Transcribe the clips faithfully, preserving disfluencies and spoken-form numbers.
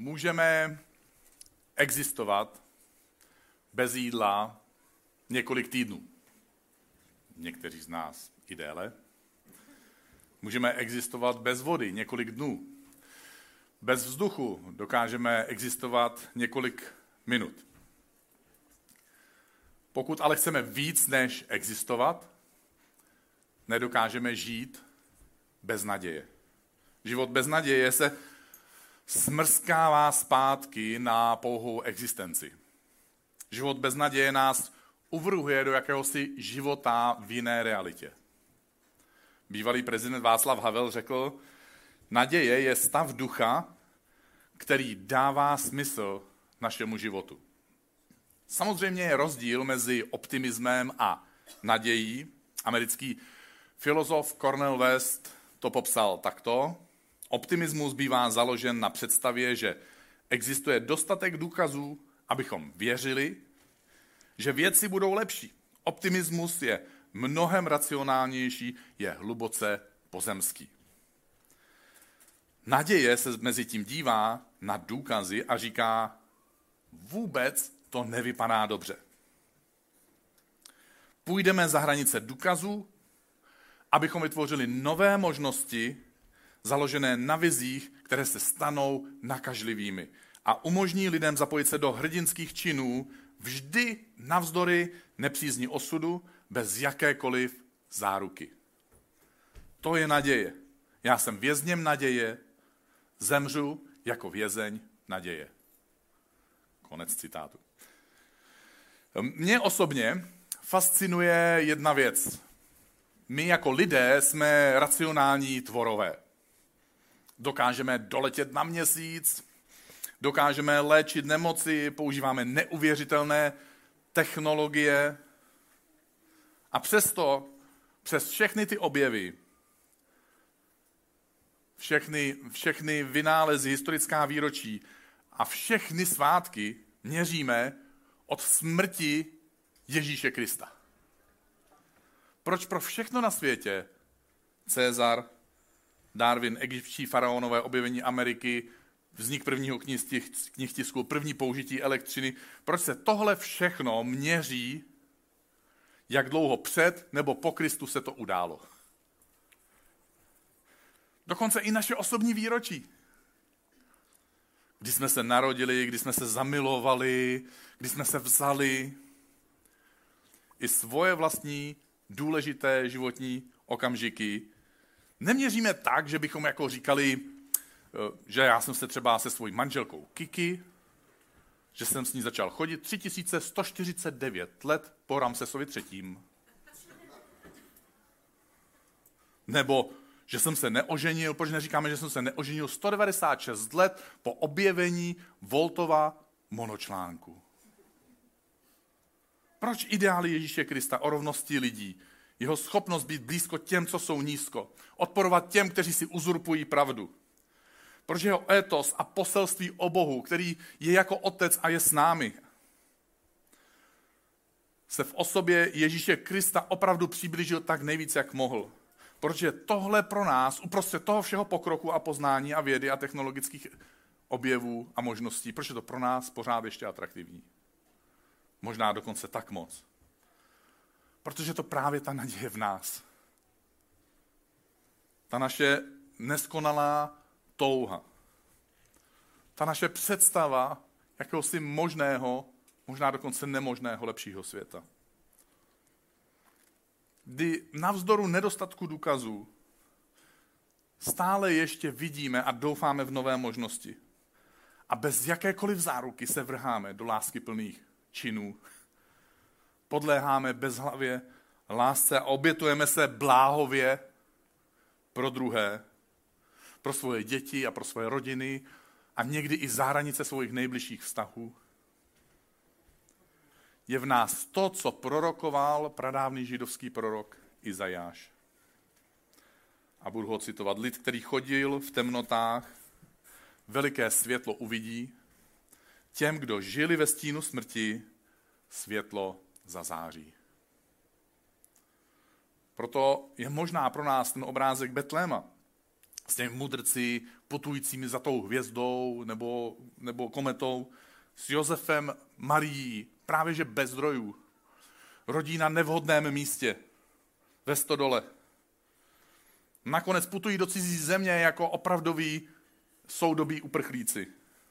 Můžeme existovat bez jídla několik týdnů. Někteří z nás i déle. Můžeme existovat bez vody několik dnů. Bez vzduchu dokážeme existovat několik minut. Pokud ale chceme víc než existovat, nedokážeme žít bez naděje. Život bez naděje se smrskává zpátky na pouhou existenci. Život bez naděje nás uvrhuje do jakéhosi života v jiné realitě. Bývalý prezident Václav Havel řekl, naděje je stav ducha, který dává smysl našemu životu. Samozřejmě je rozdíl mezi optimismem a nadějí. Americký filozof Cornel West to popsal takto. Optimismus bývá založen na představě, že existuje dostatek důkazů, abychom věřili, že věci budou lepší. Optimismus je mnohem racionálnější, je hluboce pozemský. Naděje se mezi tím dívá na důkazy a říká, vůbec to nevypadá dobře. Půjdeme za hranice důkazů, abychom vytvořili nové možnosti, založené na vizích, které se stanou nakažlivými a umožní lidem zapojit se do hrdinských činů vždy navzdory nepřízni osudu, bez jakékoliv záruky. To je naděje. Já jsem vězněm naděje, zemřu jako vězeň naděje. Konec citátu. Mě osobně fascinuje jedna věc. My jako lidé jsme racionální tvorové. Dokážeme doletět na měsíc, dokážeme léčit nemoci, používáme neuvěřitelné technologie a přesto, přes všechny ty objevy, všechny, všechny vynálezy, historická výročí a všechny svátky měříme od smrti Ježíše Krista. Proč pro všechno na světě, Cezar, Darwin, egyptští faraonové, objevení Ameriky, vznik prvního knihtisku, první použití elektřiny, proč se tohle všechno měří, jak dlouho před nebo po Kristu se to událo? Dokonce i naše osobní výročí. Kdy jsme se narodili, kdy jsme se zamilovali, kdy jsme se vzali. I svoje vlastní důležité životní okamžiky neměříme tak, že bychom jako říkali, že já jsem se třeba se svojí manželkou Kiki, že jsem s ní začal chodit tři tisíce sto čtyřicet devět let po Ramsesovi třetím. Nebo že jsem se neoženil, proč neříkáme, že jsem se neoženil sto devadesát šest let po objevení Voltova monočlánku. Proč ideály Ježíše Krista o rovnosti lidí, jeho schopnost být blízko těm, co jsou nízko, odporovat těm, kteří si uzurpují pravdu? Proč jeho étos a poselství o Bohu, který je jako otec a je s námi, se v osobě Ježíše Krista opravdu přiblížil tak nejvíc, jak mohl? Protože tohle pro nás, uprostřed toho všeho pokroku a poznání a vědy a technologických objevů a možností, proč je to pro nás pořád ještě atraktivní? Možná dokonce tak moc. Protože to právě ta naděje v nás. Ta naše neskonalá touha. Ta naše představa jakéhosi možného, možná dokonce nemožného lepšího světa. Kdy navzdoru nedostatku důkazů stále ještě vidíme a doufáme v nové možnosti. A bez jakékoliv záruky se vrháme do láskyplných činů. Podléháme bezhlavě lásce a obětujeme se bláhově pro druhé, pro svoje děti a pro svoje rodiny a někdy i za hranice svých nejbližších vztahů. Je v nás to, co prorokoval pradávný židovský prorok Izajáš. A budu ho citovat. Lid, který chodil v temnotách, veliké světlo uvidí. Těm, kdo žili ve stínu smrti, světlo zazáří. Proto je možná pro nás ten obrázek Betléma. s těmi mudrci putujícími za tou hvězdou nebo, nebo kometou, s Josefem, Marií, právě že bez zdrojů, rodí na nevhodném místě, ve stodole. Nakonec putují do cizí země jako opravdoví soudobí uprchlíci,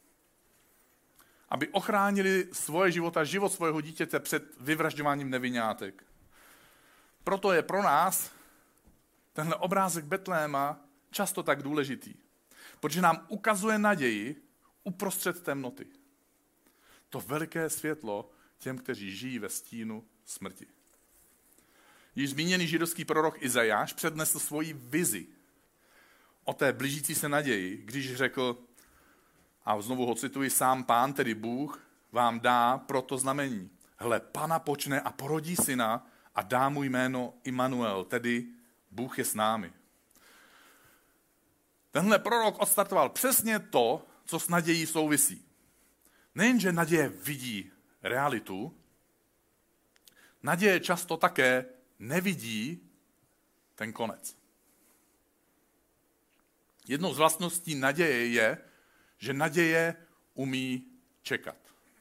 aby ochránili svoje život a život svého dítěte před vyvražďováním nevinátek. Proto je pro nás tenhle obrázek Betléma často tak důležitý, protože nám ukazuje naději uprostřed temnoty. To veliké světlo těm, kteří žijí ve stínu smrti. Již zmíněný židovský prorok Izajáš přednesl svoji vizi o té blížící se naději, když řekl, a znovu ho cituji, sám Pán, tedy Bůh, vám dá proto znamení. Hle, Pana počne a porodí syna a dá mu jméno Immanuel, tedy Bůh je s námi. Tenhle prorok odstartoval přesně to, co s nadějí souvisí. Nejenže naděje vidí realitu, naděje často také nevidí ten konec. Jednou z vlastností naděje je, že naděje umí čekat.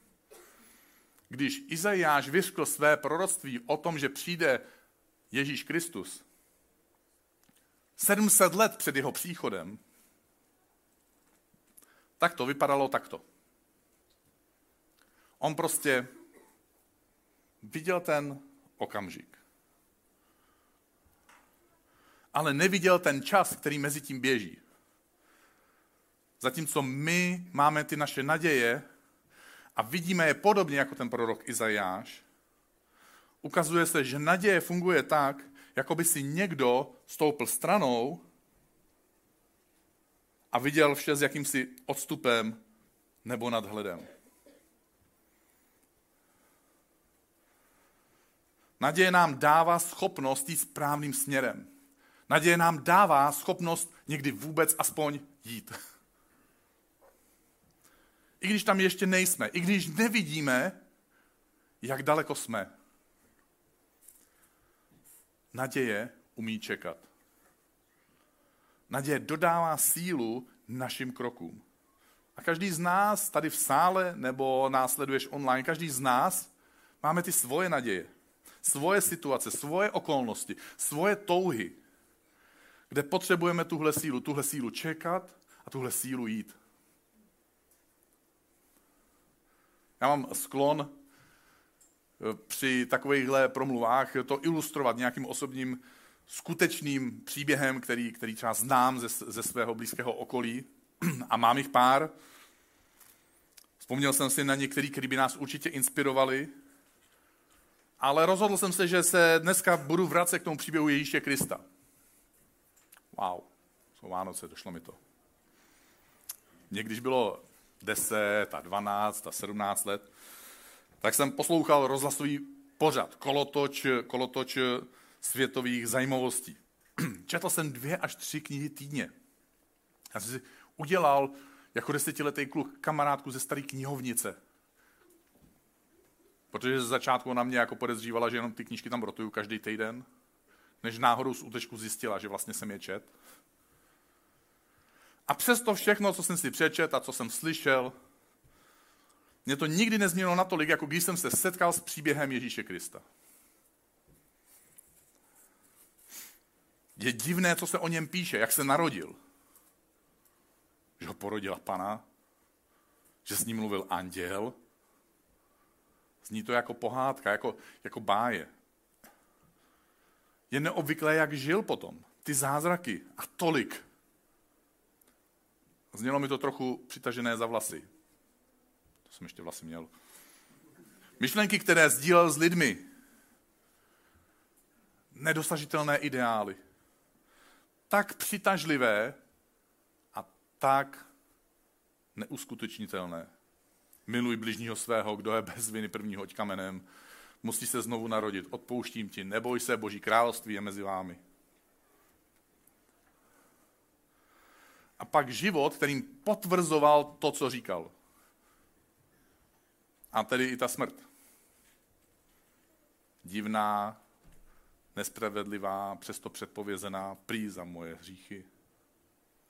Když Izajáš vyřkl své proroctví o tom, že přijde Ježíš Kristus, sedm set let před jeho příchodem, tak to vypadalo takto. On prostě viděl ten okamžik. Ale neviděl ten čas, který mezi tím běží. Zatímco my máme ty naše naděje a vidíme je podobně jako ten prorok Izajáš, ukazuje se, že naděje funguje tak, jako by si někdo stoupl stranou a viděl vše s jakýmsi odstupem nebo nadhledem. Naděje nám dává schopnost jít správným směrem. Naděje nám dává schopnost někdy vůbec aspoň jít. I když tam ještě nejsme, i když nevidíme, jak daleko jsme. Naděje umí čekat. Naděje dodává sílu našim krokům. A každý z nás tady v sále nebo nás sleduješ online, každý z nás máme ty svoje naděje, svoje situace, svoje okolnosti, svoje touhy, kde potřebujeme tuhle sílu, tuhle sílu čekat a tuhle sílu jít. Já mám sklon při takovýchhle promluvách to ilustrovat nějakým osobním skutečným příběhem, který, který třeba znám ze, ze svého blízkého okolí a mám jich pár. Vzpomněl jsem si na některý, který by nás určitě inspirovali, ale rozhodl jsem se, že se dneska budu vracet k tomu příběhu Ježíše Krista. Wow, jsou Vánoce, došlo mi to. Mně když bylo deset a dvanáct a sedmnáct let, tak jsem poslouchal rozhlasový pořad, kolotoč, kolotoč světových zajímavostí. Četl jsem dvě až tři knihy týdně. Já jsem si udělal jako desetiletý kluk kamarádku ze staré knihovnice. Protože ze začátku na mě jako podezřívala, že jenom ty knížky tam rotuju každý týden, než náhodou z útečku zjistila, že vlastně jsem je čet. A přes to všechno, co jsem si přečet a co jsem slyšel, mě to nikdy nezměnilo natolik, jako když jsem se setkal s příběhem Ježíše Krista. Je divné, co se o něm píše, jak se narodil. Že ho porodila Pana, že s ním mluvil anděl. Zní to jako pohádka, jako, jako báje. Je neobvyklé, jak žil potom. Ty zázraky a tolik. Znělo mi to trochu přitažené za vlasy. To jsem ještě vlasy měl. Myšlenky, které sdílel s lidmi. Nedosažitelné ideály. Tak přitažlivé a tak neuskutečnitelné. Miluj bližního svého, kdo je bez viny, první hoď kamenem. Musí se znovu narodit. Odpouštím ti. Neboj se, Boží království je mezi vámi. A pak život, kterým potvrzoval to, co říkal. A tedy i ta smrt. Divná, nespravedlivá, přesto předpovězená, prý za moje hříchy.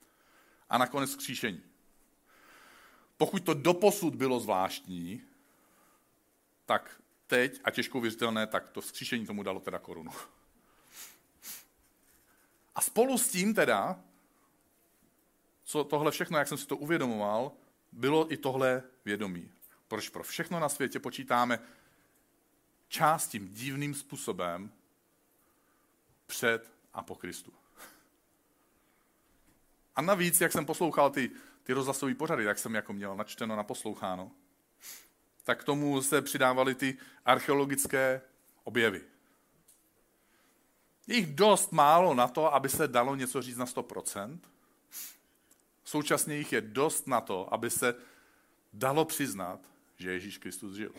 a nakonec vzkříšení. Pokud to doposud bylo zvláštní, tak teď, a těžko věřitelné, tak to vzkříšení tomu dalo teda korunu. A spolu s tím teda, co tohle všechno, jak jsem si to uvědomoval, bylo i tohle vědomí. Proč pro všechno na světě počítáme čas tím divným způsobem před a po Kristu. A navíc, jak jsem poslouchal ty, ty rozhlasové pořady, jak jsem jako měl načteno, naposloucháno, tak k tomu se přidávaly ty archeologické objevy. Je jich dost málo na to, aby se dalo něco říct na sto procent. Současně jich je dost na to, aby se dalo přiznat, že Ježíš Kristus žil.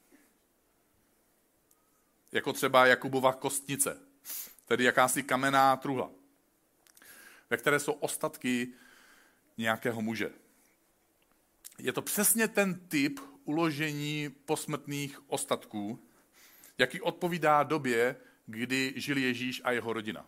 Jako třeba Jakubova kostnice, tedy jakási kamenná truhla, ve které jsou ostatky nějakého muže. Je to přesně ten typ uložení posmrtných ostatků, jaký odpovídá době, kdy žil Ježíš a jeho rodina.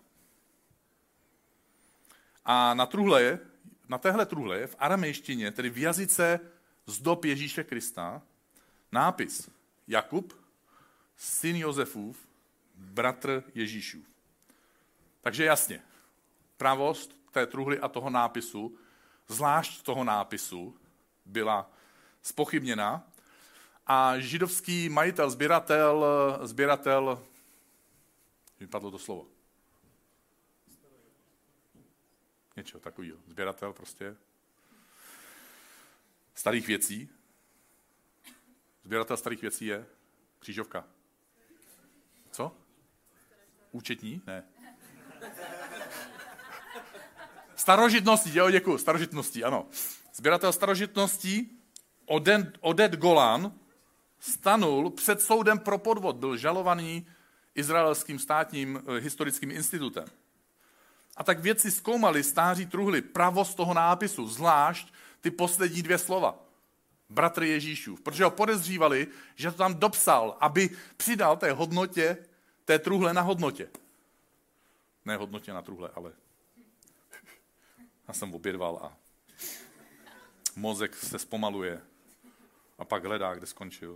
A na truhle, na téhle truhle v aramejštině, tedy v jazyce z dob Ježíše Krista, nápis Jakub, syn Josefův, bratr Ježíšův. Takže jasně, pravost té truhly a toho nápisu, zvlášť toho nápisu, byla zpochybněna a židovský majitel, sběratel, sběratel, vypadlo to slovo. Něčeho takového. Sběratel prostě starých věcí. Sběratel starých věcí je křížovka. Co? Účetní? Ne. Starožitností, jo, děkuji, starožitností, ano. Sběratel starožitností Oded, Oded Golan stanul před soudem pro podvod, byl žalovaný Izraelským státním historickým institutem. A tak vědci zkoumali stáří truhly, pravost toho nápisu, zvlášť ty poslední dvě slova. Bratr Ježíšův, protože ho podezřívali, že to tam dopsal, aby přidal té hodnotě, té truhle na hodnotě. Ne hodnotě na truhle, ale já jsem obědval a mozek se zpomaluje a pak hledá, kde skončil.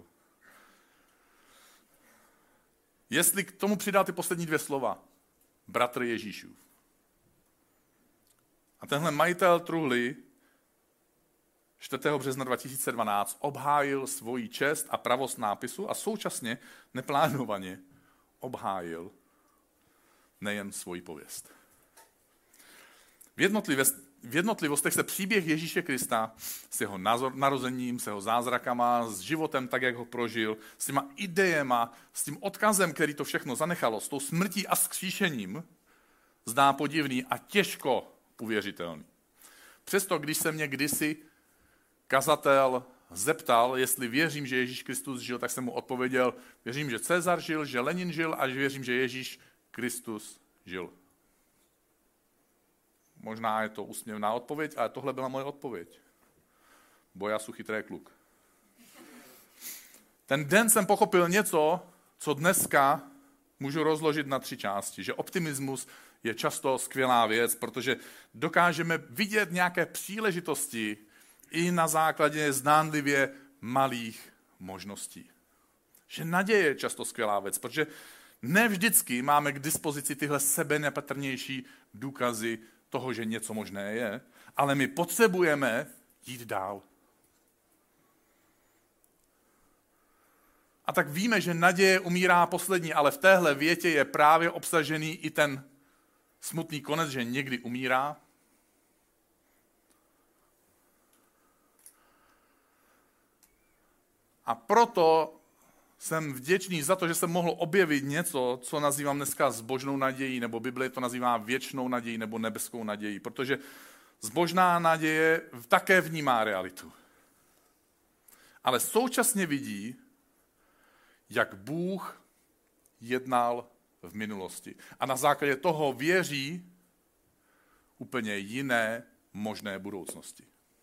Jestli k tomu přidá ty poslední dvě slova, bratr Ježíšův. A tenhle majitel truhly čtvrtého března dva tisíce dvanáct obhájil svoji čest a pravost nápisu a současně neplánovaně obhájil nejen svoji pověst. V jednotlivostech se příběh Ježíše Krista s jeho narozením, s jeho zázrakama, s životem tak, jak ho prožil, s těma idejema, s tím odkazem, který to všechno zanechalo, s tou smrtí a vzkříšením, zdá podivný a těžko uvěřitelný. Přesto, když se mě kdysi kazatel zeptal, jestli věřím, že Ježíš Kristus žil, tak jsem mu odpověděl, věřím, že Cezar žil, že Lenin žil a že věřím, že Ježíš Kristus žil. Možná je to úsměvná odpověď, ale tohle byla moje odpověď. Bo já jsem chytrý kluk. Ten den jsem pochopil něco, co dneska můžu rozložit na tři části. Že optimismus je často skvělá věc, protože dokážeme vidět nějaké příležitosti i na základě zdánlivě malých možností. Že naděje je často skvělá věc, protože ne vždycky máme k dispozici tyhle sebenepatrnější důkazy toho, že něco možné je, ale my potřebujeme jít dál. A tak víme, že naděje umírá poslední, ale v téhle větě je právě obsažený i ten smutný konec, že někdy umírá. A proto jsem vděčný za to, že jsem mohl objevit něco, co nazývám dneska zbožnou nadějí, nebo Bible to nazývá věčnou nadějí, nebo nebeskou nadějí, protože zbožná naděje také vnímá realitu. Ale současně vidí, jak Bůh jednal v minulosti. A na základě toho věří úplně jiné možné budoucnosti.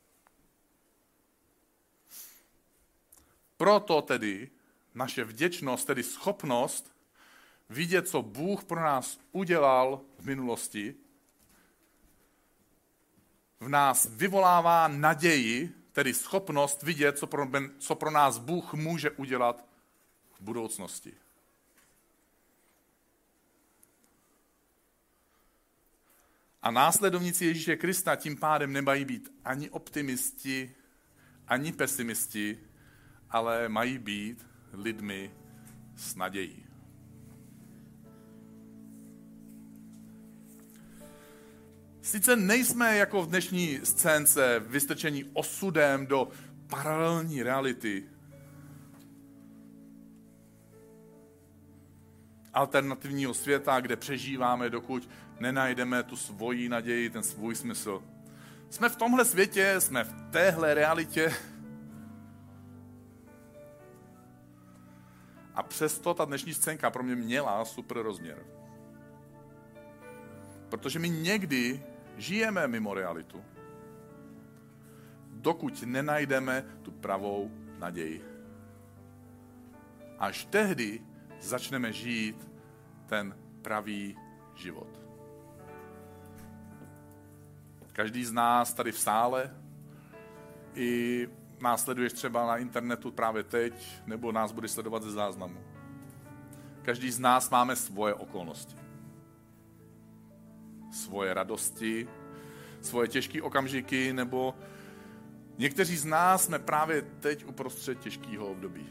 Proto tedy naše vděčnost, tedy schopnost vidět, co Bůh pro nás udělal v minulosti, v nás vyvolává naději, tedy schopnost vidět, co pro, co pro nás Bůh může udělat v budoucnosti. A následovníci Ježíše Krista tím pádem nemají být ani optimisti, ani pesimisti, ale mají být lidmi s nadějí. Sice nejsme jako v dnešní scénce vystrčení osudem do paralelní reality, alternativního světa, kde přežíváme, dokud nenajdeme tu svoji naději, ten svůj smysl. Jsme v tomhle světě, jsme v téhle realitě a přesto ta dnešní scénka pro mě měla super rozměr. Protože my někdy žijeme mimo realitu, dokud nenajdeme tu pravou naději. Až tehdy začneme žít ten pravý život. Každý z nás tady v sále i nás sleduješ třeba na internetu právě teď, nebo nás budeš sledovat ze záznamu. Každý z nás máme svoje okolnosti. Svoje radosti, svoje těžké okamžiky, nebo někteří z nás jsme právě teď uprostřed těžkého období.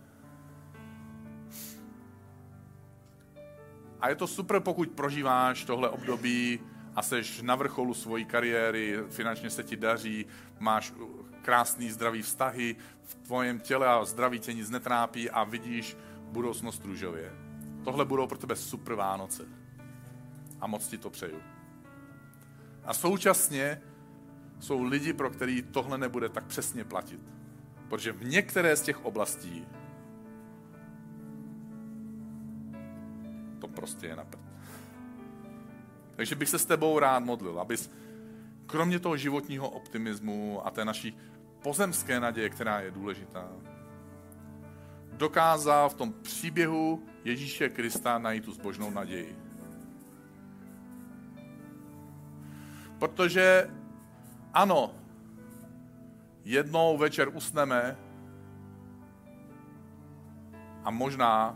A je to super, pokud prožíváš tohle období a seš na vrcholu svojí kariéry, finančně se ti daří, máš krásný, zdravý vztahy, v tvém těle a zdraví tě nic netrápí a vidíš budoucnost růžově. Tohle budou pro tebe super Vánoce. A moc ti to přeju. A současně jsou lidi, pro který tohle nebude tak přesně platit. Protože v některé z těch oblastí to prostě je na prd. Takže bych se s tebou rád modlil, abys kromě toho životního optimismu a té naší pozemské naděje, která je důležitá, dokázal v tom příběhu Ježíše Krista najít tu zbožnou naději. Protože ano, jednou večer usneme a možná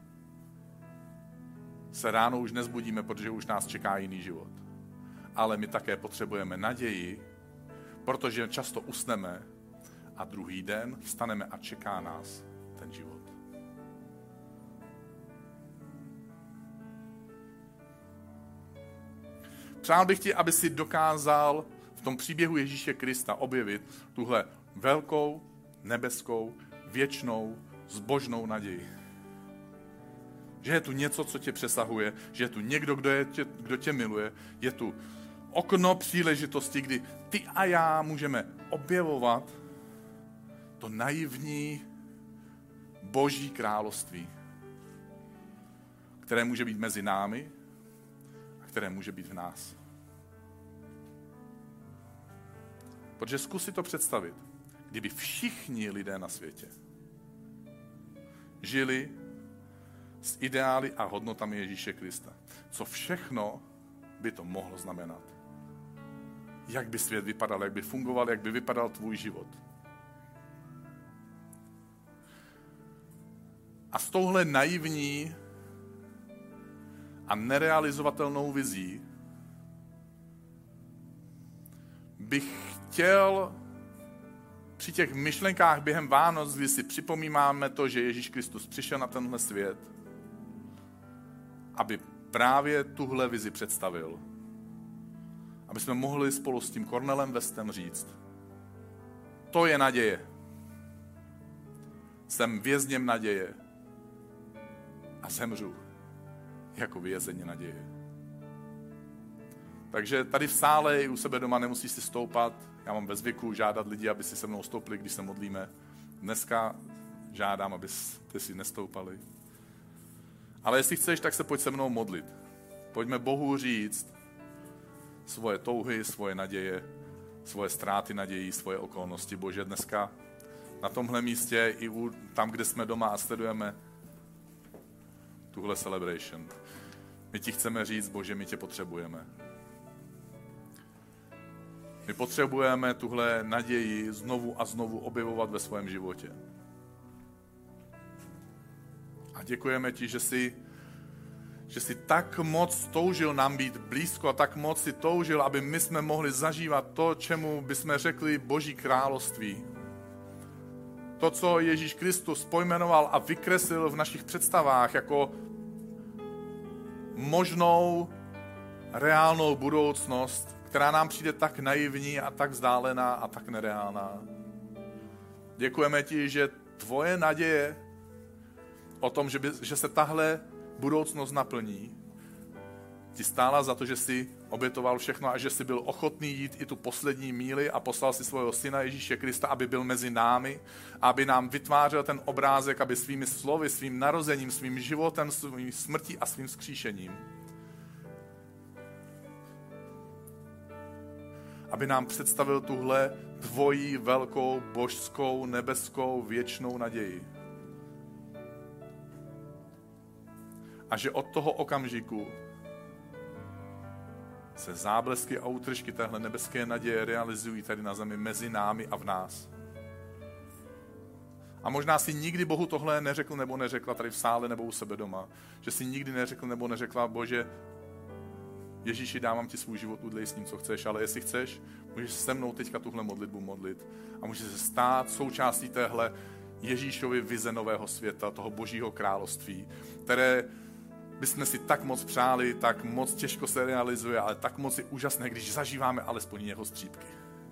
se ráno už nezbudíme, protože už nás čeká jiný život. Ale my také potřebujeme naději, protože často usneme a druhý den vstaneme a čeká nás ten život. Přál bych ti, aby si dokázal v tom příběhu Ježíše Krista objevit tuhle velkou, nebeskou, věčnou, zbožnou naději. Že je tu něco, co tě přesahuje, že je tu někdo, kdo, je tě, kdo tě miluje, je tu okno příležitosti, kdy ty a já můžeme objevovat to naivní Boží království, které může být mezi námi a které může být v nás. Protože zkus si to představit, kdyby všichni lidé na světě žili s ideály a hodnotami Ježíše Krista. Co všechno by to mohlo znamenat? Jak by svět vypadal, jak by fungoval, jak by vypadal tvůj život? A s touhle naivní a nerealizovatelnou vizí bych chtěl při těch myšlenkách během Vánoc, kdy si připomínáme to, že Ježíš Kristus přišel na tenhle svět, aby právě tuhle vizi představil. Aby jsme mohli spolu s tím Cornelem Westem říct, to je naděje. Jsem vězněm naděje a zemřu jako vězeň naděje. Takže tady v sále i u sebe doma nemusíš si stoupat. Já mám ve zvyku žádat lidi, aby si se mnou stoupili, když se modlíme. Dneska žádám, abyste si nestoupali. Ale jestli chceš, tak se pojď se mnou modlit. Pojďme Bohu říct svoje touhy, svoje naděje, svoje ztráty nadějí, svoje okolnosti. Bože, dneska na tomhle místě i u, tam, kde jsme doma a sledujeme tuhle celebration. My ti chceme říct, Bože, my tě potřebujeme. My potřebujeme tuhle naději znovu a znovu objevovat ve svém životě. A děkujeme ti, že jsi, že jsi tak moc toužil nám být blízko a tak moc si toužil, aby my jsme mohli zažívat to, čemu bychom řekli Boží království. To, co Ježíš Kristus pojmenoval a vykreslil v našich představách jako možnou, reálnou budoucnost, která nám přijde tak naivní a tak vzdálená a tak nereálná. Děkujeme ti, že tvoje naděje o tom, že, by, že se tahle budoucnost naplní, ti stála za to, že jsi obětoval všechno a že jsi byl ochotný jít i tu poslední míli a poslal si svého syna Ježíše Krista, aby byl mezi námi, aby nám vytvářel ten obrázek, aby svými slovy, svým narozením, svým životem, svým smrtí a svým vzkříšením, aby nám představil tuhle tvoji velkou, božskou, nebeskou, věčnou naději. A že od toho okamžiku se záblesky a útržky téhle nebeské naděje realizují tady na zemi mezi námi a v nás. A možná si nikdy Bohu tohle neřekl nebo neřekla tady v sále nebo u sebe doma. Že si nikdy neřekl nebo neřekla, Bože, Ježíši, dávám ti svůj život, udlej s ním, co chceš, ale jestli chceš, můžeš se mnou teďka tuhle modlitbu modlit a můžeš se stát součástí téhle Ježíšovy vize nového světa, toho Božího království, které bychom si tak moc přáli, tak moc těžko se realizuje, ale tak moc je úžasné, když zažíváme alespoň jeho střípky.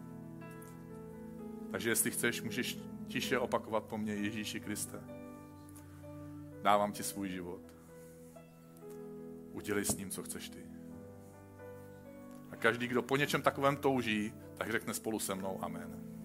Takže jestli chceš, můžeš tiše opakovat po mně, Ježíši Kriste, dávám ti svůj život. Udělej s ním, co chceš ty. A každý, kdo po něčem takovém touží, tak řekne spolu se mnou amen.